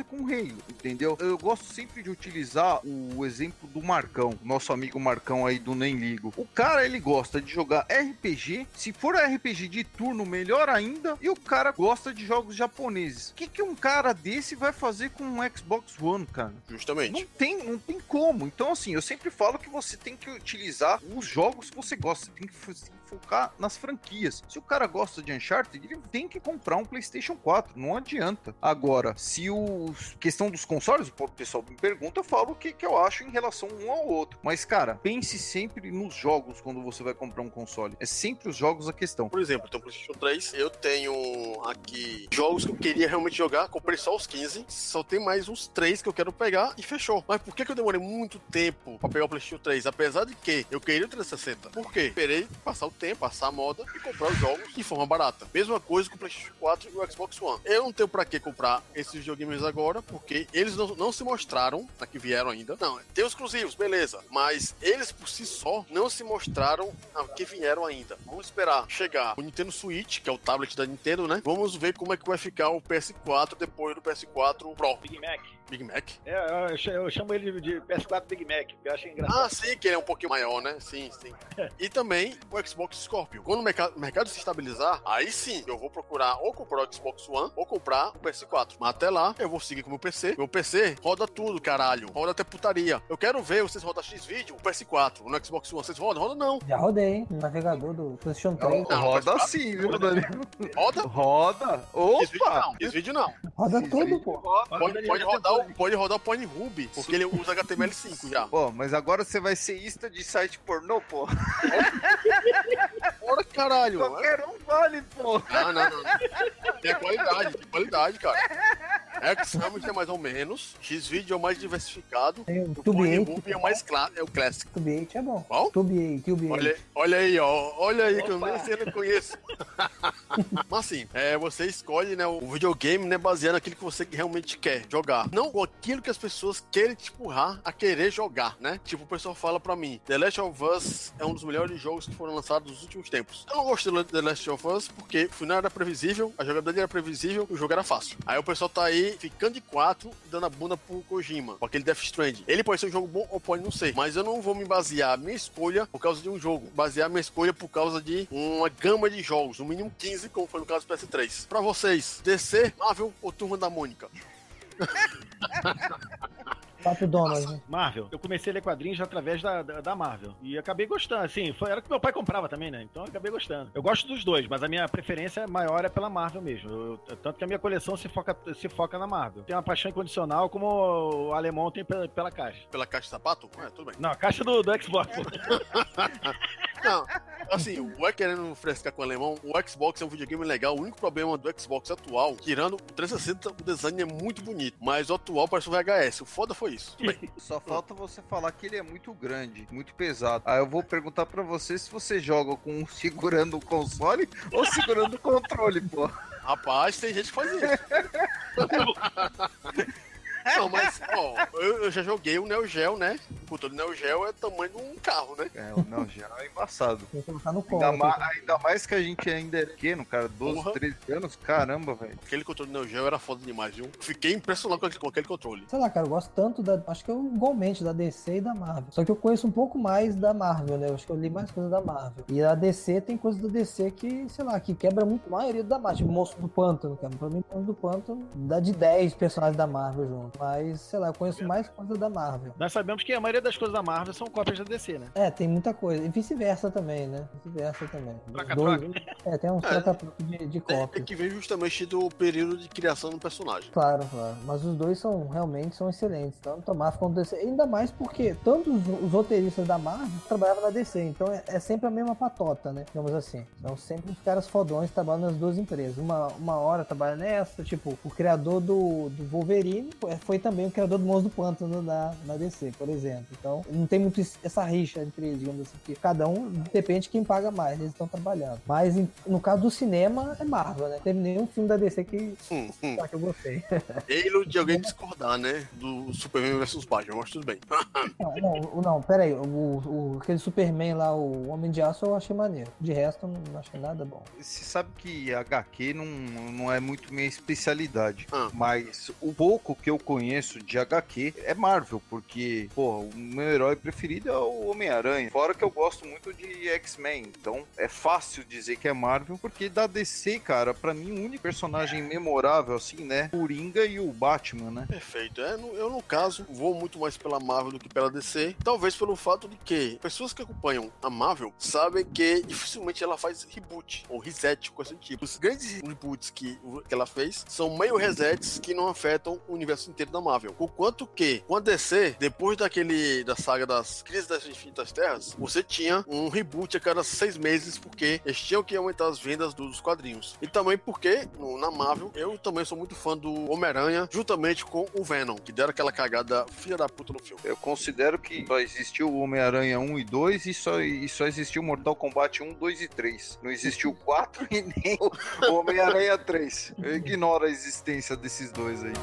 com Halo, entendeu? Eu gosto sempre de utilizar o exemplo do Marcão, nosso amigo Marcão aí do Nem Ligo. O cara, ele gosta de jogar RPG, se for RPG de turno, melhor ainda, e o cara gosta de jogos japoneses. O que um cara desse vai fazer com um Xbox One, cara? Justamente. Não tem como. Então, assim, eu sempre falo que você tem que utilizar os jogos que você gosta, você tem que focar nas franquias. Se o cara gosta de Uncharted, ele tem que comprar um PlayStation 4, não adianta. Agora, se questão dos consoles, o pessoal me pergunta, eu falo o que eu acho em relação um ao outro. Mas, cara, pense sempre nos jogos quando você vai comprar um console. É sempre os jogos a questão. Por exemplo, eu tenho o PlayStation 3, eu tenho aqui jogos que eu queria realmente jogar, comprei só os 15, só tem mais uns 3 que eu quero pegar e fechou. Mas por que eu demorei muito tempo pra pegar o PlayStation 3? Apesar de que eu queria o 360. Por quê? Esperei passar o tempo, passar a moda e comprar os jogos de forma barata. Mesma coisa com o PlayStation 4 e o Xbox One. Eu não tenho pra que comprar esses videogames agora, porque eles não se mostraram, que vieram ainda. Não, tem os exclusivos, beleza. Mas eles por si só não se mostraram que vieram ainda. Vamos esperar chegar o Nintendo Switch, que é o tablet da Nintendo, né? Vamos ver como é que vai ficar o PS4 depois do PS4 Pro. Big Mac? Eu chamo ele de PS4 Big Mac, porque eu acho engraçado. Ah, sim, que ele é um pouquinho maior, né? Sim. E também o Xbox Scorpio. Quando o mercado se estabilizar, aí sim, eu vou procurar ou comprar o Xbox One ou comprar o PS4. Mas até lá, eu vou seguir com o meu PC. Meu PC roda tudo, caralho. Roda até putaria. Eu quero ver vocês rodar X-Vídeo, o PS4, no Xbox One. Vocês rodam? Roda não. Já rodei, hein? No navegador do PlayStation 3. Não, roda sim, viu, Danilo? Roda? Roda. Opa! X-Vídeo não. Roda tudo, pô. Pode rodar o Pornhub, porque ele usa HTML5 já. Pô, mas agora você vai ser ista de site pornô, pô. Ora, caralho. Qualquer um vale, pô. Não. Tem qualidade, cara. Xhammer é mais ou menos. X-Video é o mais diversificado. O Pornhub é o mais é o clássico. Tube 8 é bom. Qual? Tube 8. Olha aí, ó. Olha aí, que eu nem sei, não conheço. Mas assim, você escolhe, né, o videogame, né, baseado naquilo que você realmente quer jogar. Não com aquilo que as pessoas querem te empurrar a querer jogar, né? Tipo, o pessoal fala pra mim, The Last of Us é um dos melhores jogos que foram lançados nos últimos tempos. Eu não gostei do The Last of Us porque o final era previsível, a jogabilidade era previsível, o jogo era fácil. Aí o pessoal tá aí ficando de 4, dando a bunda pro Kojima, com aquele Death Stranding. Ele pode ser um jogo bom ou pode não ser, mas eu não vou me basear a minha escolha por causa de um jogo, basear a minha escolha por causa de uma gama de jogos, no mínimo 15, como foi no caso do PS3. Pra vocês, DC, Marvel ou Turma da Mônica? Pato Donald. Marvel. Eu comecei a ler quadrinhos através da Marvel. E acabei gostando, assim. Era o que meu pai comprava também, né? Então eu acabei gostando. Eu gosto dos dois, mas a minha preferência maior é pela Marvel mesmo. Tanto que a minha coleção se foca na Marvel. Tem uma paixão incondicional como o alemão tem pela caixa. Pela caixa de sapato? Tudo bem. Não, a caixa do Xbox. Não, assim, o querendo frescar com o alemão, o Xbox é um videogame legal. O único problema do Xbox atual, tirando o 360, o design é muito bonito. Mas o atual parece um VHS. O foda foi isso. Só falta você falar que ele é muito grande, muito pesado. Aí eu vou perguntar pra você se você joga com segurando o console ou segurando o controle, pô. Rapaz, tem gente que faz isso. Não, mas, eu já joguei o Neo Geo, né? O Neo Geo é o tamanho de um carro, né? O Neo Geo é embaçado. Tem que colocar no colo. Ainda mais que a gente ainda é pequeno, cara. 12, 13 anos, caramba, velho. Aquele controle do Neo Geo era foda demais, viu? Fiquei impressionado com aquele controle. Sei lá, cara, eu gosto tanto acho que eu igualmente da DC e da Marvel. Só que eu conheço um pouco mais da Marvel, né? Eu acho que eu li mais coisas da Marvel. E a DC tem coisas da DC que, sei lá, que quebra muito a maioria da Marvel. Tipo, Monstro do Pântano, cara. Pra mim, Monstro do Pântano dá de 10 personagens da Marvel junto. Mas, sei lá, eu conheço mais coisas da Marvel. Nós sabemos que a maioria das coisas da Marvel são cópias da DC, né? Tem muita coisa. E vice-versa também, né? Vice-versa também. Troca-troca. Tem uns troca-troca de cópia. É que vem justamente do período de criação do personagem. Claro. Mas os dois realmente são excelentes. Tanto a Marvel quanto a DC. Ainda mais porque tanto os roteiristas da Marvel trabalhavam na DC. Então é sempre a mesma patota, né? Digamos assim. São sempre os caras fodões trabalhando nas duas empresas. Uma hora trabalha nessa. Tipo, o criador do Wolverine foi também o criador do Monstro do Pântano na DC, por exemplo. Então, não tem muito essa rixa entre eles, digamos assim, porque cada um depende de quem paga mais, eles estão trabalhando. Mas no caso do cinema, é Marvel, né? Não teve nenhum filme da DC que eu gostei. Ele de alguém discordar, né? Do Superman vs Batman, mas tudo bem. Não, pera aí. Aquele Superman lá, o Homem de Aço, eu achei maneiro. De resto, eu não achei nada bom. Você sabe que HQ não é muito minha especialidade, mas o pouco que eu conheço de HQ é Marvel, porque, pô, o meu herói preferido é o Homem-Aranha. Fora que eu gosto muito de X-Men, então é fácil dizer que é Marvel, porque da DC, cara, pra mim o único personagem memorável, assim, né, Coringa e o Batman, né? Perfeito. Eu, no caso, vou muito mais pela Marvel do que pela DC, talvez pelo fato de que pessoas que acompanham a Marvel sabem que dificilmente ela faz reboot ou reset, coisa do tipo. Os grandes reboots que ela fez são meio resets que não afetam o universo inteiro da Marvel. O quanto que, com a DC, depois da saga das Crises das Infinitas Terras, você tinha um reboot a cada 6 meses, porque eles tinham que aumentar as vendas dos quadrinhos. E também porque, na Marvel, eu também sou muito fã do Homem-Aranha, juntamente com o Venom, que deram aquela cagada filha da puta no filme. Eu considero que só existiu o Homem-Aranha 1 e 2 e só existiu Mortal Kombat 1, 2 e 3. Não existiu o 4 e nem o Homem-Aranha 3. Eu ignoro a existência desses dois aí.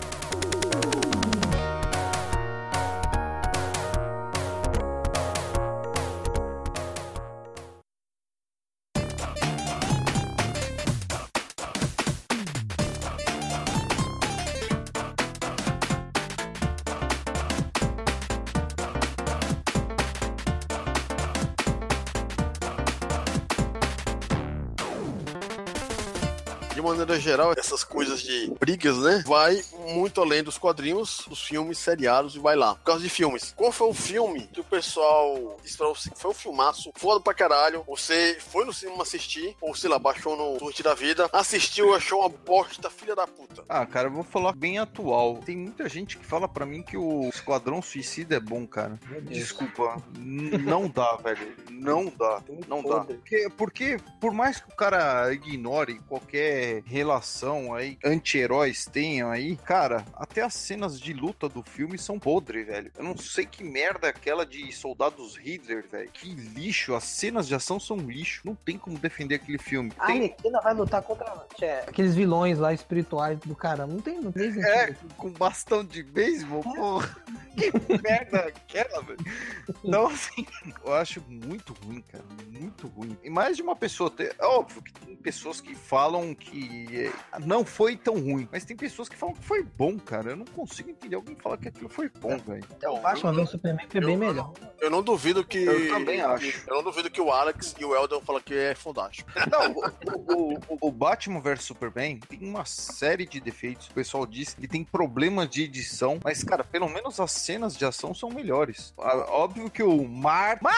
De maneira geral, essas coisas de brigas, né? Vai muito além dos quadrinhos, dos filmes, seriados e vai lá. Por causa de filmes. Qual foi o filme que o pessoal disse pra você que foi um filmaço, foda pra caralho, você foi no cinema assistir, ou sei lá, baixou no Torrent da Vida, assistiu, achou uma bosta, filha da puta? Ah, cara, eu vou falar bem atual. Tem muita gente que fala pra mim que o Esquadrão Suicida é bom, cara. Desculpa. Não dá, velho. Não dá. Não dá. Porque por mais que o cara ignore qualquer relação aí, anti-heróis tenham aí, cara, até as cenas de luta do filme são podres, velho. Eu não sei que merda é aquela de soldados Hitler, velho. Que lixo. As cenas de ação são lixo. Não tem como defender aquele filme. A Arlequina vai lutar contra aqueles vilões lá espirituais do caramba. Não tem sentido. Com bastão de beisebol, porra. Que merda é aquela, velho? Então, assim, eu acho muito ruim, cara. Muito ruim. E mais de uma pessoa. É óbvio que tem pessoas que falam que não foi tão ruim. Mas tem pessoas que falam que foi bom, cara. Eu não consigo entender alguém falar que aquilo foi bom, velho. Então, o Batman vs Superman foi bem melhor. Eu não duvido que... Eu também acho. Eu não duvido que o Alex e o Eldon falam que é fantástico. Não, o Batman vs Superman tem uma série de defeitos. O pessoal diz que tem problemas de edição. Mas, cara, pelo menos as cenas de ação são melhores. Óbvio que o Marta!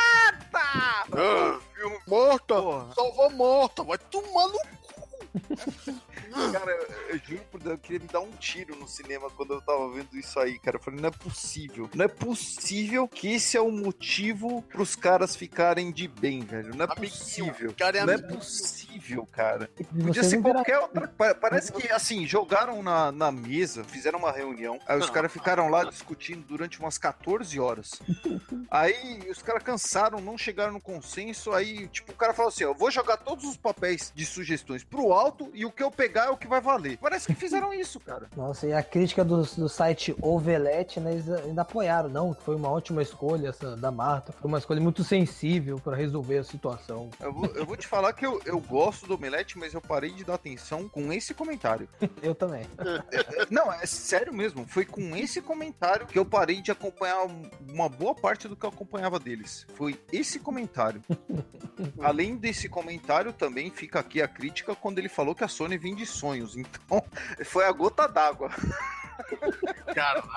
Morta! Salva morta! Vai tomar no cu! Cara, eu juro por Deus, eu queria me dar um tiro no cinema quando eu tava vendo isso aí, cara. Eu falei, não é possível. Não é possível que esse é o motivo pros caras ficarem de bem, velho. Não é possível. Não é possível, cara. Podia ser qualquer outra... Parece que, assim, jogaram na mesa, fizeram uma reunião, aí os caras ficaram lá discutindo durante umas 14 horas. Aí os caras cansaram, não chegaram no consenso, aí, tipo, o cara falou assim, ó, eu vou jogar todos os papéis de sugestões pro alto e o que eu pegar é o que vai valer. Parece que fizeram isso, cara. Nossa, e a crítica do site Ovelete, né, eles ainda apoiaram, não, que foi uma ótima escolha essa da Marta, foi uma escolha muito sensível pra resolver a situação. Eu vou te falar que eu gosto do Omelete, mas eu parei de dar atenção com esse comentário. Eu também. Não, é sério mesmo, foi com esse comentário que eu parei de acompanhar uma boa parte do que eu acompanhava deles. Foi esse comentário. Além desse comentário, também fica aqui a crítica quando ele falou que a Sony vende sonhos. Então, foi a gota d'água. Caralho!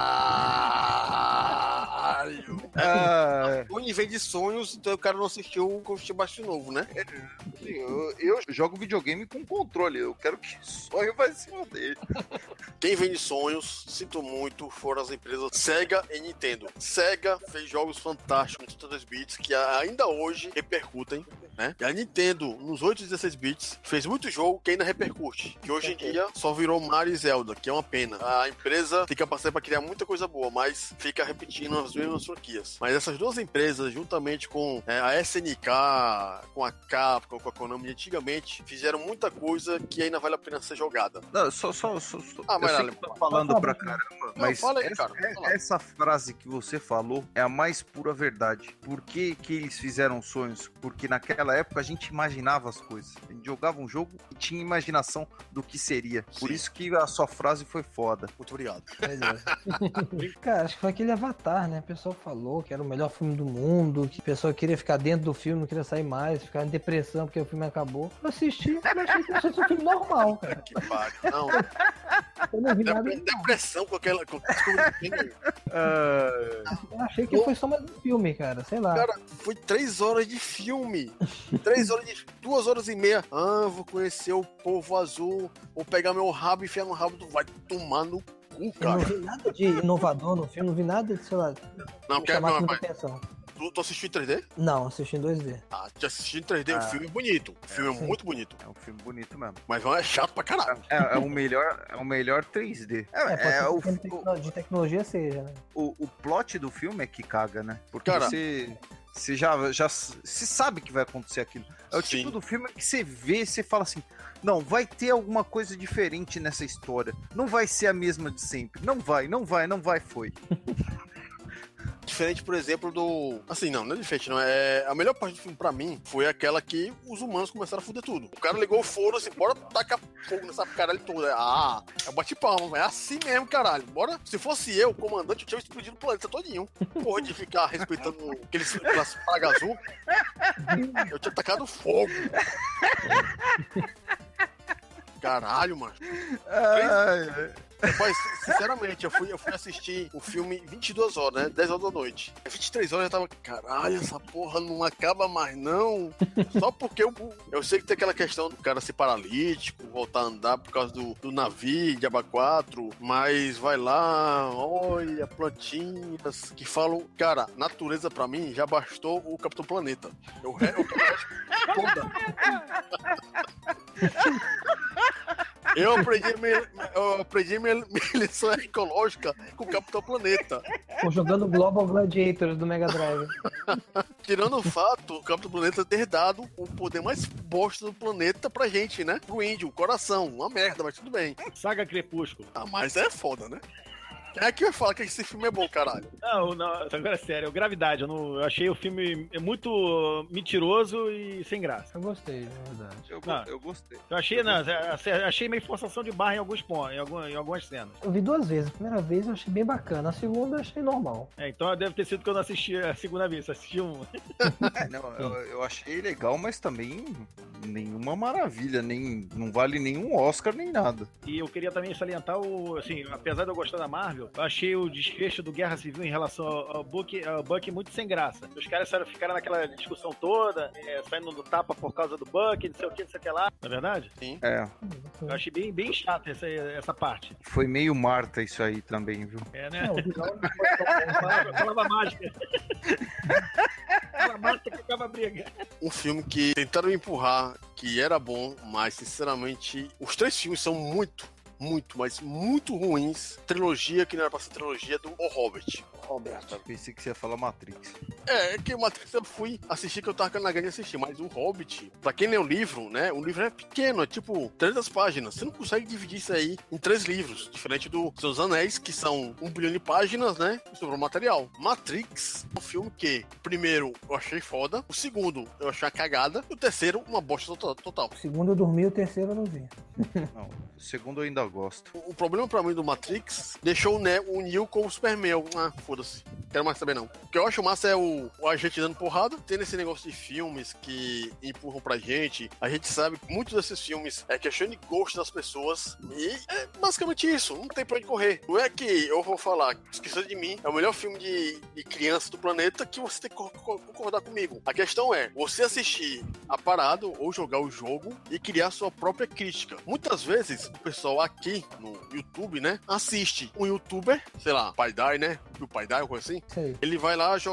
A Sony vende sonhos, então o cara não assistiu o Ghost Baixo novo, né? Eu jogo videogame com controle. Eu quero que sonho vai se foder. Quem vende sonhos, sinto muito, foram as empresas Sega e Nintendo. Sega fez jogos fantásticos nos 32 bits que ainda hoje repercutem, né? E a Nintendo, nos 8 e 16 bits, fez muito jogo que ainda repercute. Que hoje em dia só virou Mario e Zelda, que é uma pena. A empresa tem capacidade para criar muita coisa boa, mas fica repetindo as mesmas franquias. tecnologias. Mas essas duas empresas, juntamente com a SNK, com a Capcom, com a Konami, antigamente, fizeram muita coisa que ainda vale a pena ser jogada. Não, mas eu sei que tô falando pra caramba, mas fala aí, essa frase que você falou é a mais pura verdade. Por que eles fizeram sonhos? Porque naquela época a gente imaginava as coisas. A gente jogava um jogo e tinha imaginação do que seria. Sim. Por isso que a sua frase foi foda. Muito obrigado. Cara, acho que foi aquele Avatar, né? O pessoal falou que era o melhor filme do mundo, que a pessoa queria ficar dentro do filme, não queria sair mais, ficar em depressão porque o filme acabou. Eu assisti e achei que fosse um filme normal, cara. Que pariu. Não. Eu não vi nada. Depressão com aquela... Eu achei que foi só mais um filme, cara. Sei lá. Cara, foi 3 horas de filme. 2 horas e meia. Vou conhecer o povo azul. Vou pegar meu rabo e enfiar no rabo do... Vai tomar no cu, cara. Eu não vi nada de inovador no filme. Não vi nada de, sei lá... Não, quer mais atenção. Tu assistiu em 3D? Não, assisti em 2D. Tu assistiu em 3D, o filme é bonito. O filme é muito bonito. É um filme bonito mesmo. Mas é chato pra caralho. É o melhor 3D. De tecnologia seja, né? O plot do filme é que caga, né? Porque cara, você já sabe que vai acontecer aquilo. É o tipo do filme que você vê e você fala assim, não, vai ter alguma coisa diferente nessa história. Não vai ser a mesma de sempre. Não vai, foi. Diferente, por exemplo, do... Assim, não é diferente, não. A melhor parte do filme, pra mim, foi aquela que os humanos começaram a foder tudo. O cara ligou o foro, assim, bora tacar fogo nessa caralho toda. Eu bati palma, é assim mesmo, caralho. Bora. Se fosse eu, o comandante, eu tinha explodido o planeta todinho. Porra, de ficar respeitando aqueles praga azul. Eu tinha tacado fogo. Caralho, mano. Rapaz, sinceramente, eu fui assistir o filme 22 horas, né? 10 horas da noite. 23 horas eu tava, caralho, essa porra não acaba mais, não. Só porque eu sei que tem aquela questão do cara ser paralítico, voltar a andar por causa do navio de Aba 4, mas vai lá, olha, plantinhas que falam, cara, natureza pra mim já bastou o Capitão Planeta. Eu toda. Eu aprendi minha lição ecológica com o Capitão Planeta. Jogando Global Gladiators do Mega Drive. Tirando o fato, o Capitão Planeta ter dado o poder mais bosta do planeta pra gente, né? Pro índio, o coração. Uma merda, mas tudo bem. Saga Crepúsculo. Mas é foda, né? Quem é que vai falar que esse filme é bom, caralho? Não, agora é sério, Gravidade. Eu achei o filme muito mentiroso e sem graça. Eu gostei, na verdade. Eu gostei. Eu achei meio forçação de barra em alguns pontos, em algumas cenas. Eu vi 2 vezes. A primeira vez eu achei bem bacana, a segunda eu achei normal. Então deve ter sido que eu não assisti a segunda vez, assisti um. Eu achei legal, mas também nenhuma maravilha, não vale nenhum Oscar nem nada. E eu queria também salientar assim, apesar de eu gostar da Marvel, eu achei o desfecho do Guerra Civil em relação ao Bucky muito sem graça. Os caras ficaram naquela discussão toda, saindo do tapa por causa do Bucky, não sei o que lá. Não é verdade? Sim. Eu achei bem chato essa parte. Foi meio Marta isso aí também, viu? Né? Falava mágica. Falava mágica que acaba a briga. Um filme que tentaram empurrar, que era bom, mas sinceramente, os 3 filmes são muito, mas muito ruins. Trilogia que não era pra ser trilogia do O Hobbit. Eu pensei que você ia falar Matrix. Que o Matrix eu fui assistir, que eu tava na grande assistir, mas o Hobbit, pra quem lê o livro, né, o livro é pequeno, é tipo 300 páginas, você não consegue dividir isso aí em 3 livros, diferente do Seus Anéis, que são 1 bilhão de páginas, né, e sobrou material. Matrix é um filme que, primeiro, eu achei foda, o segundo, eu achei uma cagada, e o terceiro, uma bosta total. O segundo eu dormi, o terceiro eu não vi. Não, o segundo eu ainda gosto. O problema pra mim do Matrix deixou o Neo como Superman. Foda-se. Quero mais saber não. O que eu acho massa é o agente dando porrada. Tendo esse negócio de filmes que empurram pra gente. A gente sabe que muitos desses filmes é questão de gosto das pessoas. E é basicamente isso. Não tem pra onde correr. Não é que eu vou falar, Esqueça de Mim é o melhor filme de criança do planeta, que você tem que concordar comigo. A questão é você assistir a parada ou jogar o jogo e criar sua própria crítica. Muitas vezes o pessoal aqui no YouTube, né, assiste um youtuber, sei lá, PewDiePie, né? PewDiePie, uma coisa assim. Sei. Ele vai lá, joga lá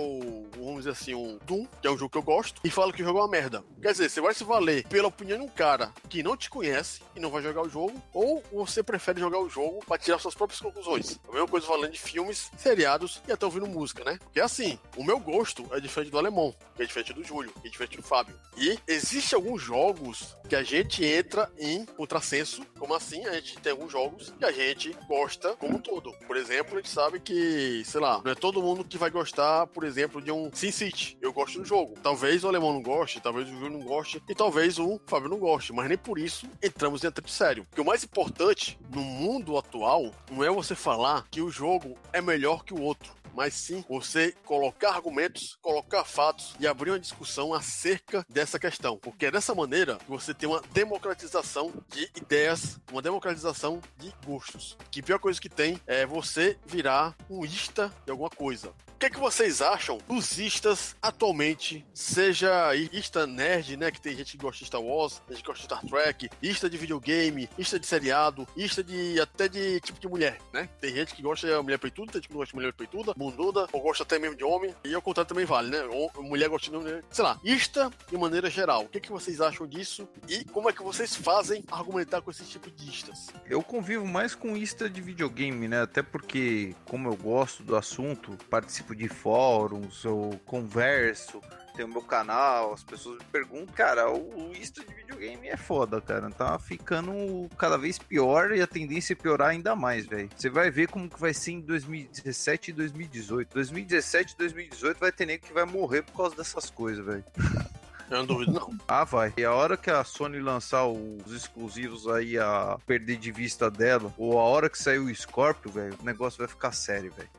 vamos dizer assim, o Doom, que é um jogo que eu gosto, e fala que o jogo é uma merda. Quer dizer, você vai se valer pela opinião de um cara que não te conhece e não vai jogar o jogo, ou você prefere jogar o jogo pra tirar suas próprias conclusões. A mesma coisa falando de filmes, seriados e até ouvindo música, né? Porque assim, o meu gosto é diferente do alemão, que é diferente do Júlio, que é diferente do Fábio. E existe alguns jogos que a gente entra em contrassenso, como assim, a gente tem alguns jogos que a gente gosta como um todo. Por exemplo, a gente sabe que, sei lá, não é todo mundo que vai gostar, por exemplo, de um SimCity. Eu gosto do jogo. Talvez o alemão não goste, talvez o Júlio não goste, e talvez o Fábio não goste, mas nem por isso entramos em atrito sério. Porque o mais importante no mundo atual não é você falar que o jogo é melhor que o outro, mas sim você colocar argumentos, colocar fatos e abrir uma discussão acerca dessa questão. Porque é dessa maneira que você tem uma democratização de ideias, uma democratização de gostos. Que a pior coisa que tem é você virar um ista de alguma coisa. O que é que vocês acham dos istas atualmente? Seja ista nerd, né? Que tem gente que gosta de Star Wars, tem gente que gosta de Star Trek, ista de videogame, ista de seriado, ista de até de tipo de mulher, né? Tem gente que gosta de mulher peituda, tem gente que gosta de mulher peituda, bunduda, ou gosta até mesmo de homem, e ao contrário também vale, né? Ou mulher gosta de mulher, sei lá, ista de maneira geral. O que é que vocês acham disso? E como é que vocês fazem argumentar com esse tipo de istas? Eu convivo mais com ista de videogame, né? Até porque, como eu gosto do assunto, participo de fóruns, ou converso, tem o meu canal, as pessoas me perguntam, cara, o ista de videogame é foda, cara, tá ficando cada vez pior e a tendência é piorar ainda mais, velho. Você vai ver como que vai ser em 2017 e 2018. 2017 e 2018 vai ter nego que vai morrer por causa dessas coisas, velho. Eu não duvido, não. Ah, vai. E a hora que a Sony lançar os exclusivos aí a perder de vista dela, ou a hora que sair o Scorpio, velho, o negócio vai ficar sério, velho.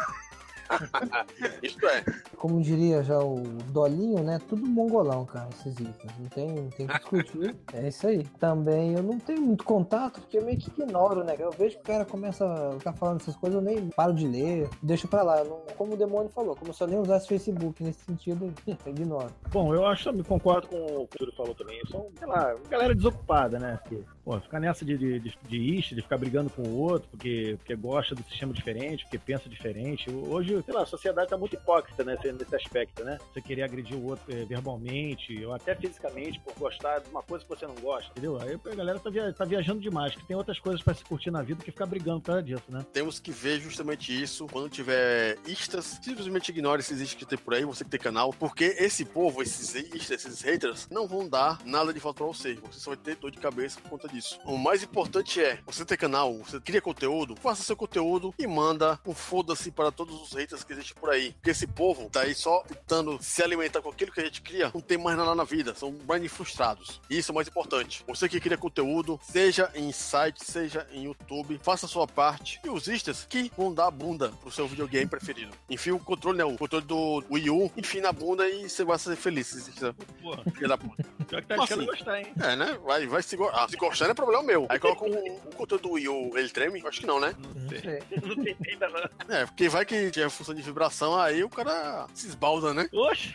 Isso é. Como diria já o Dolinho, né? Tudo mongolão, cara, esses itens. Não tem que discutir. É isso aí. Também eu não tenho muito contato, porque eu meio que ignoro, né? Eu vejo que o cara começa a ficar falando essas coisas, eu nem paro de ler, deixo pra lá. Não, como o Demônio falou, como se eu nem usasse Facebook nesse sentido, eu ignoro. Bom, eu acho que concordo com o que o Júlio falou também. São, sei lá, galera desocupada, né? Porque, pô, ficar nessa de ista, de ficar brigando com o outro, porque gosta do sistema diferente, porque pensa diferente. Hoje, sei lá, a sociedade tá muito hipócrita, né, nesse aspecto, né? Você querer agredir o outro verbalmente, ou até fisicamente, por gostar de uma coisa que você não gosta, entendeu? Aí a galera tá viajando demais, que tem outras coisas pra se curtir na vida que ficar brigando por causa disso, né? Temos que ver justamente isso. Quando tiver istas, simplesmente ignore esses istas que tem por aí, você que tem canal, porque esse povo, esses istas, esses haters, não vão dar nada de volta pra você. Você só vai ter dor de cabeça por conta disso. O mais importante é, você ter canal, você cria conteúdo, faça seu conteúdo e manda um foda-se para todos os haters que existem por aí. Porque esse povo tá aí só tentando se alimentar com aquilo que a gente cria, não tem mais nada na vida, são brand frustrados. E isso é o mais importante. Você que cria conteúdo, seja em site, seja em YouTube, faça a sua parte. E os istas que vão dar a bunda pro seu videogame preferido. Enfia o controle, né? O controle do Wii U, enfia na bunda e você vai ser feliz. Porra. Filha da puta. Pior que tá achando gostar, hein? É, né? Vai se gostar. Ah, se gostar não é problema meu. Aí coloca o controle do Wii U, ele treme? Acho que não, né? Não sei. Não tem ainda não. É, porque vai que tinha função de vibração, aí o cara se esbalda, né? Oxe!